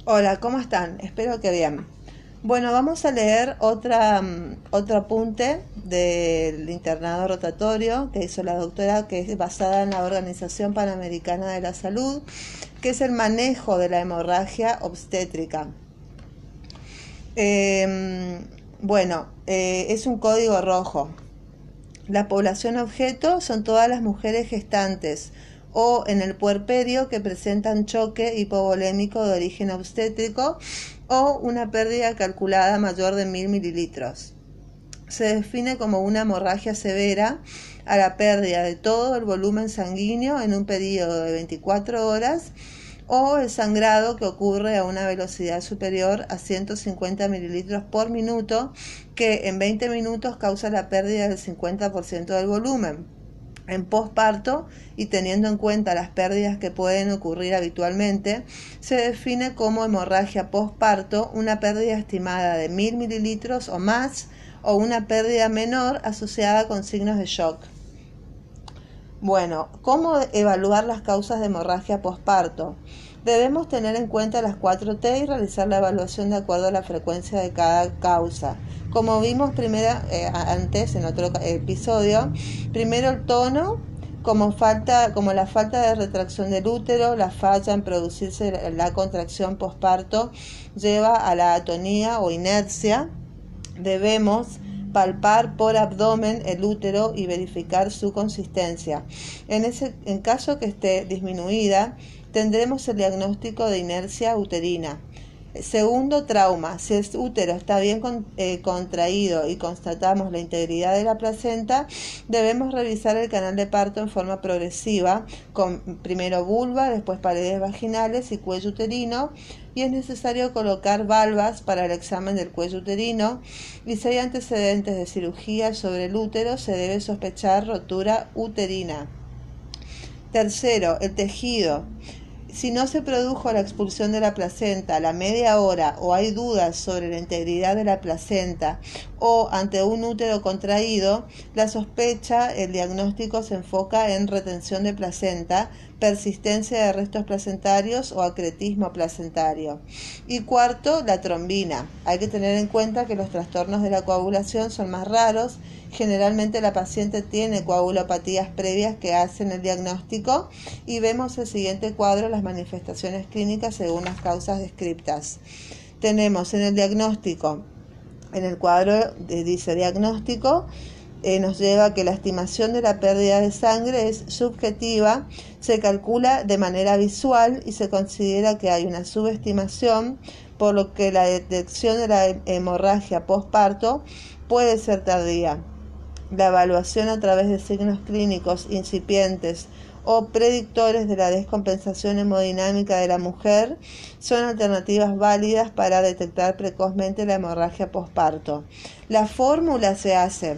Hola, ¿cómo están? Espero que bien. Bueno, vamos a leer otro apunte del internado rotatorio que hizo la doctora, que es basada en la Organización Panamericana de la Salud, que es el manejo de la hemorragia obstétrica. Es un código rojo. La población objeto son todas las mujeres gestantes o en el puerperio que presentan choque hipovolémico de origen obstétrico o una pérdida calculada mayor de 1000 mililitros. Se define como una hemorragia severa a la pérdida de todo el volumen sanguíneo en un periodo de 24 horas o el sangrado que ocurre a una velocidad superior a 150 mililitros por minuto, que en 20 minutos causa la pérdida del 50% del volumen. En posparto, y teniendo en cuenta las pérdidas que pueden ocurrir habitualmente, se define como hemorragia posparto una pérdida estimada de 1000 mililitros o más, o una pérdida menor asociada con signos de shock. Bueno, ¿cómo evaluar las causas de hemorragia posparto? Debemos tener en cuenta las 4T y realizar la evaluación de acuerdo a la frecuencia de cada causa. Como vimos antes en otro episodio, primero el tono, como la falta de retracción del útero, la falla en producirse la contracción posparto lleva a la atonía o inercia. Debemos palpar por abdomen el útero y verificar su consistencia. En caso que esté disminuida, tendremos el diagnóstico de inercia uterina. Segundo, trauma. Si el útero está bien contraído y constatamos la integridad de la placenta, debemos revisar el canal de parto en forma progresiva, con primero vulva, después paredes vaginales y cuello uterino, y es necesario colocar valvas para el examen del cuello uterino, y si hay antecedentes de cirugía sobre el útero, se debe sospechar rotura uterina. Tercero, el tejido. Si no se produjo la expulsión de la placenta a la media hora o hay dudas sobre la integridad de la placenta o ante un útero contraído, la sospecha, el diagnóstico se enfoca en retención de placenta, persistencia de restos placentarios o acretismo placentario. Y cuarto, la trombina. Hay que tener en cuenta que los trastornos de la coagulación son más raros. Generalmente la paciente tiene coagulopatías previas que hacen el diagnóstico, y vemos el siguiente cuadro, las manifestaciones clínicas según las causas descriptas. Tenemos en el diagnóstico, en el cuadro dice diagnóstico, nos lleva a que la estimación de la pérdida de sangre es subjetiva, se calcula de manera visual y se considera que hay una subestimación, por lo que la detección de la hemorragia posparto puede ser tardía. La evaluación a través de signos clínicos incipientes o predictores de la descompensación hemodinámica de la mujer son alternativas válidas para detectar precozmente la hemorragia posparto. La fórmula se hace,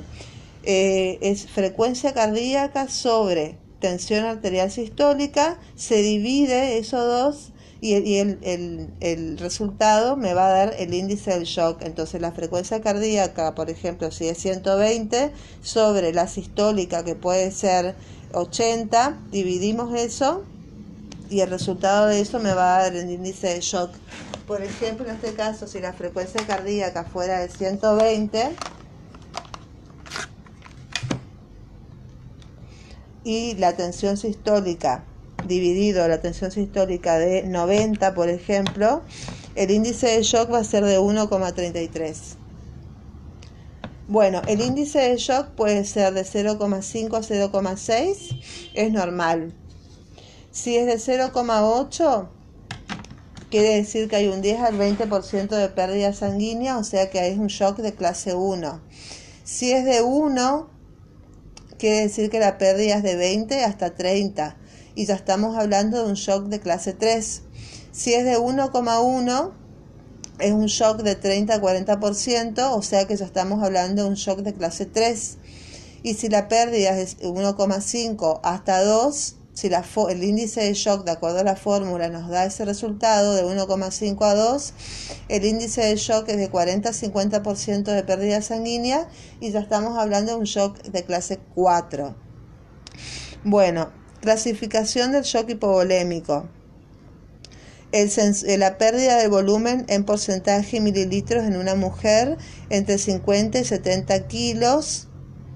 es frecuencia cardíaca sobre tensión arterial sistólica, se divide esos dos, y el resultado me va a dar el índice del shock. Entonces la frecuencia cardíaca, por ejemplo, si es 120 sobre la sistólica, que puede ser 80, dividimos eso y el resultado de eso me va a dar el índice de shock. Por ejemplo, en este caso, si la frecuencia cardíaca fuera de 120 y la tensión sistólica dividido la tensión sistólica de 90, por ejemplo, el índice de shock va a ser de 1,33. Bueno, el índice de shock puede ser de 0,5 a 0,6, es normal. Si es de 0,8, quiere decir que hay un 10 al 20% de pérdida sanguínea, o sea que es un shock de clase 1. Si es de 1, quiere decir que la pérdida es de 20 hasta 30. Y ya estamos hablando de un shock de clase 3. Si es de 1,1, es un shock de 30 a 40%, o sea que ya estamos hablando de un shock de clase 3. Y si la pérdida es de 1,5 hasta 2, si el índice de shock, de acuerdo a la fórmula, nos da ese resultado de 1,5 a 2, el índice de shock es de 40 a 50% de pérdida sanguínea, y ya estamos hablando de un shock de clase 4. Bueno, clasificación del shock hipovolémico. La pérdida de volumen en porcentaje mililitros en una mujer entre 50 y 70 kilos,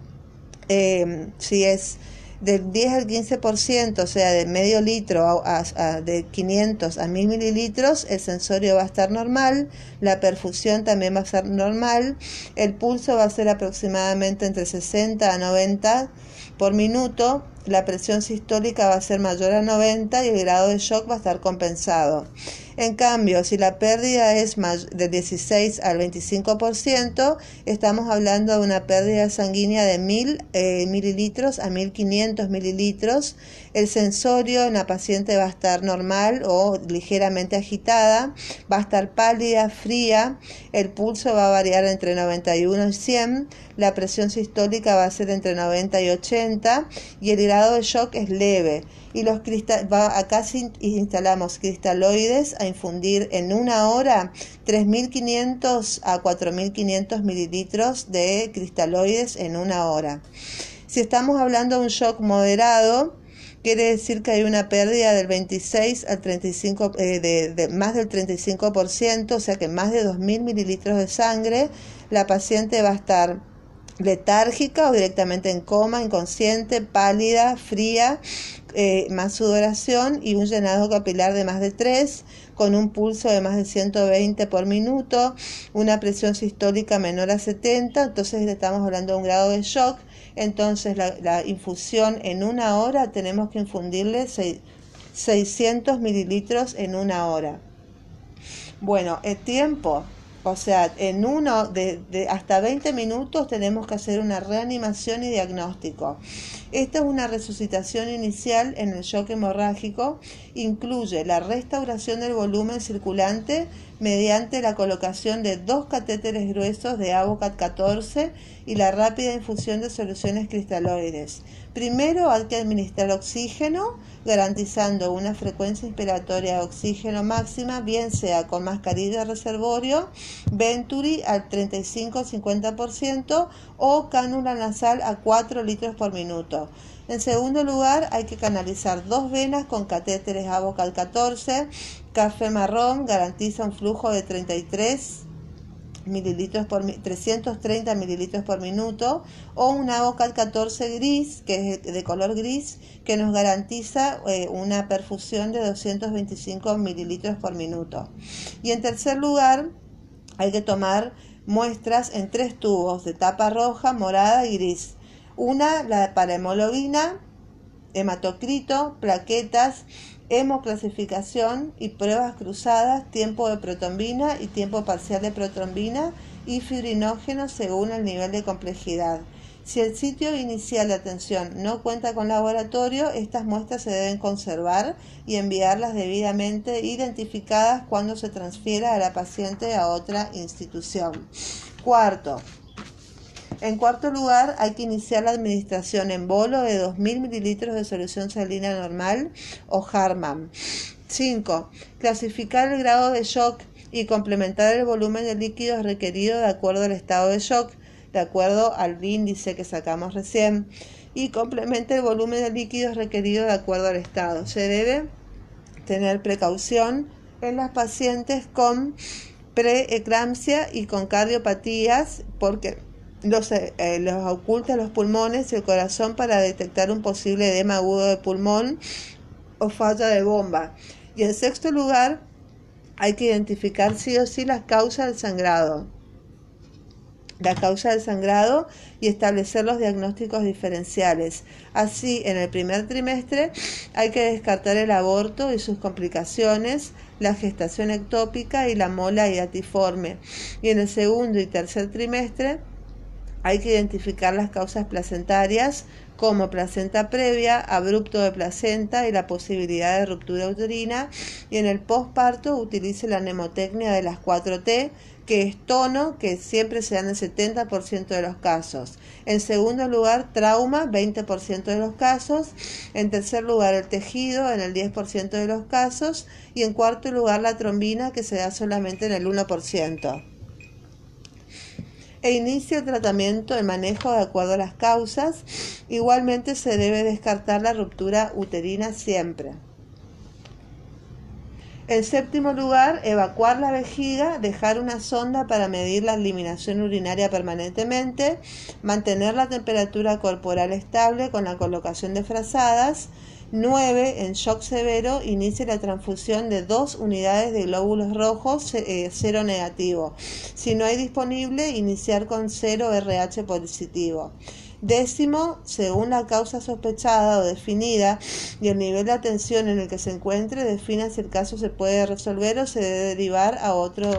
si es del 10 al 15%, o sea, de medio litro de 500 a 1000 mililitros, el sensorio va a estar normal, la perfusión también va a ser normal, el pulso va a ser aproximadamente entre 60 a 90 por minuto, la presión sistólica va a ser mayor a 90 y el grado de shock va a estar compensado. En cambio, si la pérdida es de 16 al 25%, estamos hablando de una pérdida sanguínea de 1000 mililitros a 1500 mililitros. El sensorio en la paciente va a estar normal o ligeramente agitada, va a estar pálida, fría, el pulso va a variar entre 91 y 100, la presión sistólica va a ser entre 90 y 80 y el grado de shock es leve. Y acá instalamos cristaloides a infundir en una hora 3.500 a 4.500 mililitros de cristaloides en una hora. Si estamos hablando de un shock moderado, quiere decir que hay una pérdida del 26 al 35, de más del 35%, o sea que más de 2.000 mililitros de sangre. La paciente va a estar letárgica o directamente en coma, inconsciente, pálida, fría, más sudoración y un llenado capilar de más de 3, con un pulso de más de 120 por minuto, una presión sistólica menor a 70, entonces estamos hablando de un grado de shock. Entonces la infusión en una hora tenemos que infundirle 600 mililitros en una hora. Bueno, el tiempo, o sea, en hasta 20 minutos tenemos que hacer una reanimación y diagnóstico. Esta es una resucitación inicial en el shock hemorrágico. Incluye la restauración del volumen circulante mediante la colocación de 2 catéteres gruesos de Avocat 14 y la rápida infusión de soluciones cristaloides. Primero hay que administrar oxígeno, garantizando una frecuencia inspiratoria de oxígeno máxima, bien sea con mascarilla de reservorio, Venturi al 35-50% o cánula nasal a 4 litros por minuto. En segundo lugar, hay que canalizar 2 venas con catéteres Avocat 14. Café marrón garantiza un flujo de 330 mililitros por minuto, o un Avocat 14 gris, que es de color gris, que nos garantiza una perfusión de 225 mililitros por minuto. Y en tercer lugar, hay que tomar muestras en 3 tubos de tapa roja, morada y gris. Una para hemoglobina, hematocrito, plaquetas, hemoclasificación y pruebas cruzadas, tiempo de protrombina y tiempo parcial de protrombina y fibrinógeno según el nivel de complejidad. Si el sitio inicial de atención no cuenta con laboratorio, estas muestras se deben conservar y enviarlas debidamente identificadas cuando se transfiera a la paciente a otra institución. En cuarto lugar, hay que iniciar la administración en bolo de 2.000 mililitros de solución salina normal o Harman. 5. Clasificar el grado de shock y complementar el volumen de líquidos requerido de acuerdo al estado de shock, de acuerdo al índice que sacamos recién, y complementa el volumen de líquidos requerido de acuerdo al estado. Se debe tener precaución en las pacientes con preeclampsia y con cardiopatías porque los oculta los pulmones y el corazón para detectar un posible edema agudo de pulmón o falla de bomba. Y en sexto lugar, hay que identificar sí o sí las causas del sangrado. Y establecer los diagnósticos diferenciales. Así, en el primer trimestre hay que descartar el aborto y sus complicaciones, la gestación ectópica y la mola hiatiforme. Y en el segundo y tercer trimestre hay que identificar las causas placentarias como placenta previa, abrupto de placenta y la posibilidad de ruptura uterina. Y en el posparto utilice la mnemotecnia de las 4T, que es tono, que siempre se da en el 70% de los casos. En segundo lugar, trauma, 20% de los casos. En tercer lugar, el tejido, en el 10% de los casos. Y en cuarto lugar, la trombina, que se da solamente en el 1%. E inicia el tratamiento de manejo de acuerdo a las causas. Igualmente se debe descartar la ruptura uterina siempre. En séptimo lugar, evacuar la vejiga, dejar una sonda para medir la eliminación urinaria permanentemente, mantener la temperatura corporal estable con la colocación de frazadas. 9. En shock severo, inicie la transfusión de 2 unidades de glóbulos rojos cero negativo. Si no hay disponible, iniciar con 0 RH positivo. 10. Según la causa sospechada o definida y el nivel de atención en el que se encuentre, defina si el caso se puede resolver o se debe derivar a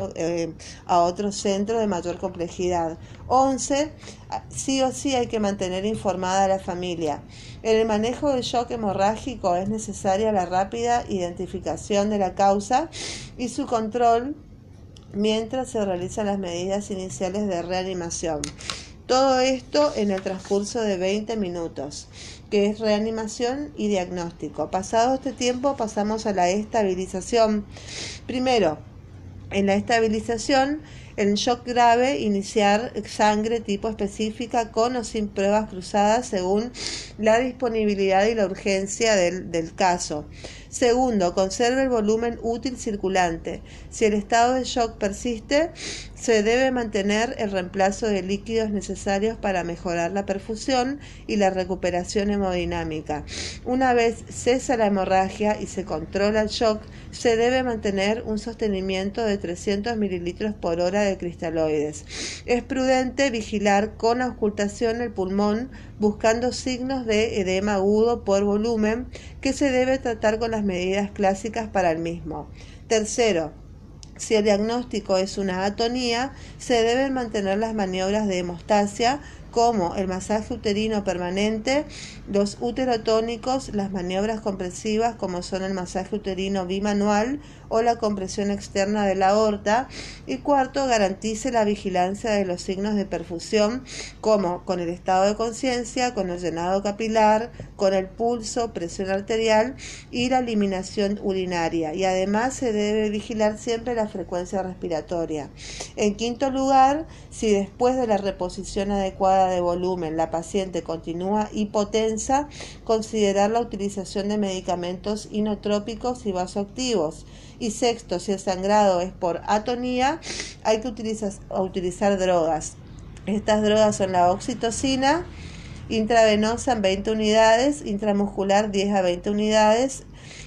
otro centro de mayor complejidad. 11. Sí o sí hay que mantener informada a la familia. En el manejo del shock hemorrágico es necesaria la rápida identificación de la causa y su control mientras se realizan las medidas iniciales de reanimación. Todo esto en el transcurso de 20 minutos, que es reanimación y diagnóstico. Pasado este tiempo pasamos a la estabilización. Primero, en la estabilización, en shock grave, iniciar sangre tipo específica con o sin pruebas cruzadas según la disponibilidad y la urgencia del caso. Segundo, conserve el volumen útil circulante. Si el estado de shock persiste, se debe mantener el reemplazo de líquidos necesarios para mejorar la perfusión y la recuperación hemodinámica. Una vez cesa la hemorragia y se controla el shock, se debe mantener un sostenimiento de 300 mililitros por hora de cristaloides. Es prudente vigilar con auscultación el pulmón, buscando signos de edema agudo por volumen, que se debe tratar con las medidas clásicas para el mismo. Tercero, si el diagnóstico es una atonía, se deben mantener las maniobras de hemostasia, como el masaje uterino permanente, los uterotónicos, las maniobras compresivas como son el masaje uterino bimanual o la compresión externa de la aorta. Y cuarto, garantice la vigilancia de los signos de perfusión, como con el estado de conciencia, con el llenado capilar, con el pulso, presión arterial y la eliminación urinaria. Y además se debe vigilar siempre la frecuencia respiratoria. En quinto lugar, si después de la reposición adecuada de volumen la paciente continúa hipotensa, considerar la utilización de medicamentos inotrópicos y vasoactivos. Y sexto, si el sangrado es por atonía, hay que utilizar drogas. Estas drogas son la oxitocina intravenosa en 20 unidades, intramuscular 10 a 20 unidades,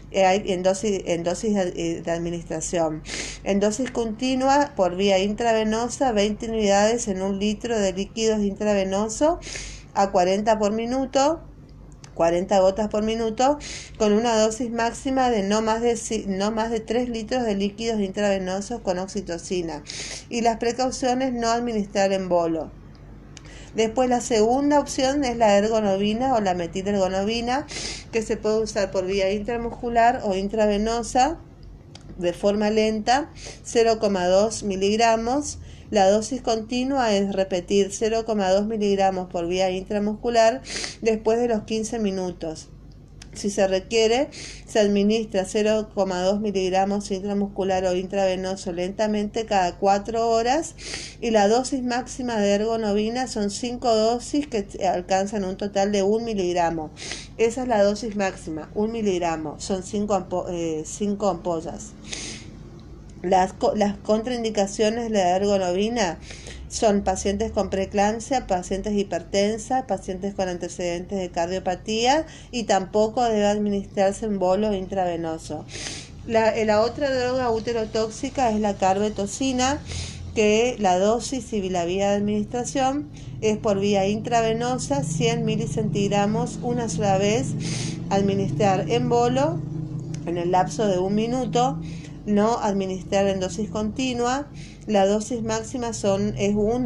en dosis de administración. En dosis continua por vía intravenosa, 20 unidades en 1 litro de líquidos intravenoso a 40 gotas por minuto, con una dosis máxima de no más de 3 litros de líquidos intravenosos con oxitocina. Y las precauciones: no administrar en bolo. Después, la segunda opción es la ergonovina o la metilergonovina, que se puede usar por vía intramuscular o intravenosa de forma lenta, 0,2 miligramos. La dosis continua es repetir 0,2 miligramos por vía intramuscular después de los 15 minutos. Si se requiere, se administra 0,2 miligramos intramuscular o intravenoso lentamente cada 4 horas, y la dosis máxima de ergonovina son 5 dosis que alcanzan un total de 1 miligramo. Esa es la dosis máxima, 1 miligramo, son 5 ampollas. Las contraindicaciones de la ergonovina son pacientes con preeclampsia, pacientes hipertensas, pacientes con antecedentes de cardiopatía, y tampoco debe administrarse en bolo intravenoso. La otra droga uterotóxica es la carbetocina, que la dosis y la vía de administración es por vía intravenosa, 100 milicentigramos una sola vez, administrar en bolo en el lapso de 1 minuto, no administrar en dosis continua. La dosis máxima son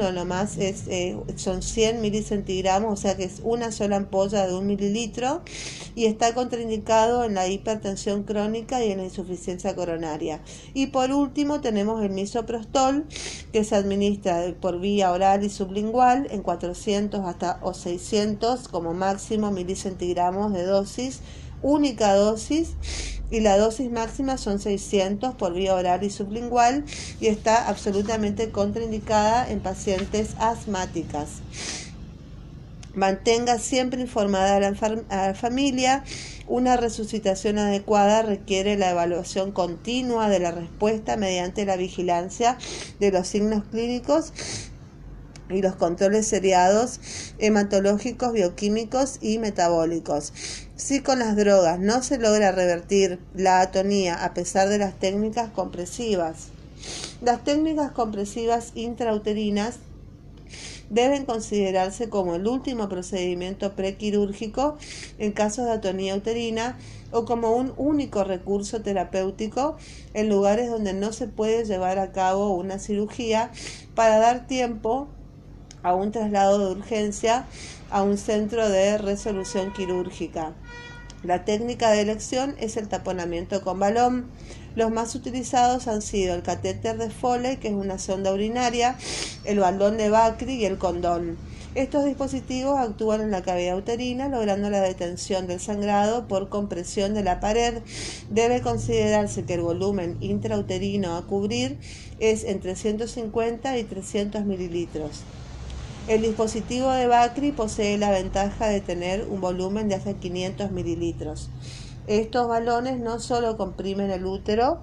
100 milicentigramos, o sea que es una sola ampolla de 1 mililitro, y está contraindicado en la hipertensión crónica y en la insuficiencia coronaria. Y por último tenemos el misoprostol, que se administra por vía oral y sublingual en 400 o 600 como máximo milicentigramos de dosis, única dosis, y la dosis máxima son 600 por vía oral y sublingual, y está absolutamente contraindicada en pacientes asmáticas. Mantenga siempre informada a la familia. Una resucitación adecuada requiere la evaluación continua de la respuesta mediante la vigilancia de los signos clínicos y los controles seriados hematológicos, bioquímicos y metabólicos. Si con las drogas no se logra revertir la atonía a pesar de las técnicas compresivas, las técnicas compresivas intrauterinas deben considerarse como el último procedimiento prequirúrgico en casos de atonía uterina o como un único recurso terapéutico en lugares donde no se puede llevar a cabo una cirugía, para dar tiempo a un traslado de urgencia a un centro de resolución quirúrgica. La técnica de elección es el taponamiento con balón. Los más utilizados han sido el catéter de Foley, que es una sonda urinaria, el balón de Bakri y el condón. Estos dispositivos actúan en la cavidad uterina, logrando la detención del sangrado por compresión de la pared. Debe considerarse que el volumen intrauterino a cubrir es entre 150 y 300 mililitros. El dispositivo de Bakri posee la ventaja de tener un volumen de hasta 500 mililitros. Estos balones no solo comprimen el útero,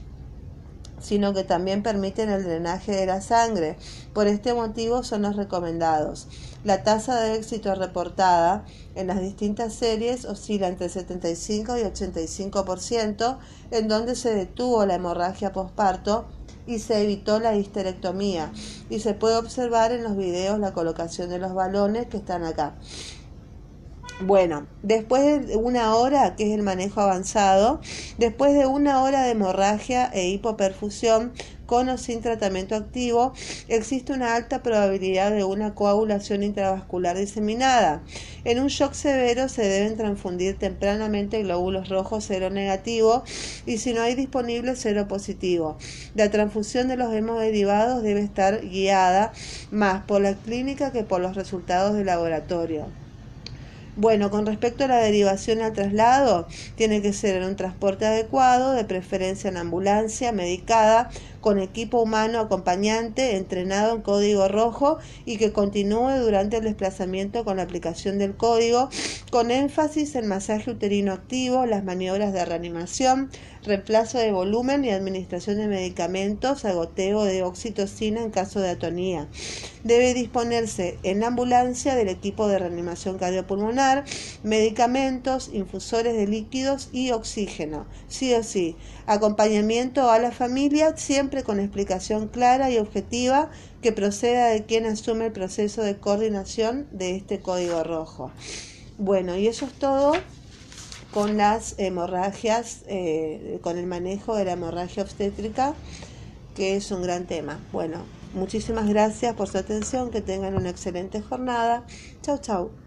sino que también permiten el drenaje de la sangre. Por este motivo son los recomendados. La tasa de éxito reportada en las distintas series oscila entre 75 y 85%, en donde se detuvo la hemorragia posparto y se evitó la histerectomía, y se puede observar en los videos la colocación de los balones que están acá. Bueno, después de una hora, que es el manejo avanzado, después de una hora de hemorragia e hipoperfusión con o sin tratamiento activo, existe una alta probabilidad de una coagulación intravascular diseminada. En un shock severo se deben transfundir tempranamente glóbulos rojos seronegativos y, si no hay disponible, seropositivo. La transfusión de los hemoderivados debe estar guiada más por la clínica que por los resultados de laboratorio. Bueno, con respecto a la derivación al traslado, tiene que ser en un transporte adecuado, de preferencia en ambulancia, medicada, con equipo humano acompañante, entrenado en código rojo y que continúe durante el desplazamiento con la aplicación del código, con énfasis en masaje uterino activo, las maniobras de reanimación, reemplazo de volumen y administración de medicamentos a goteo de oxitocina en caso de atonía. Debe disponerse en la ambulancia del equipo de reanimación cardiopulmonar, medicamentos, infusores de líquidos y oxígeno. Sí o sí, acompañamiento a la familia, siempre con explicación clara y objetiva que proceda de quien asume el proceso de coordinación de este código rojo. Bueno, y eso es todo con las hemorragias, con el manejo de la hemorragia obstétrica, que es un gran tema. Bueno, muchísimas gracias por su atención, que tengan una excelente jornada. Chau, chau.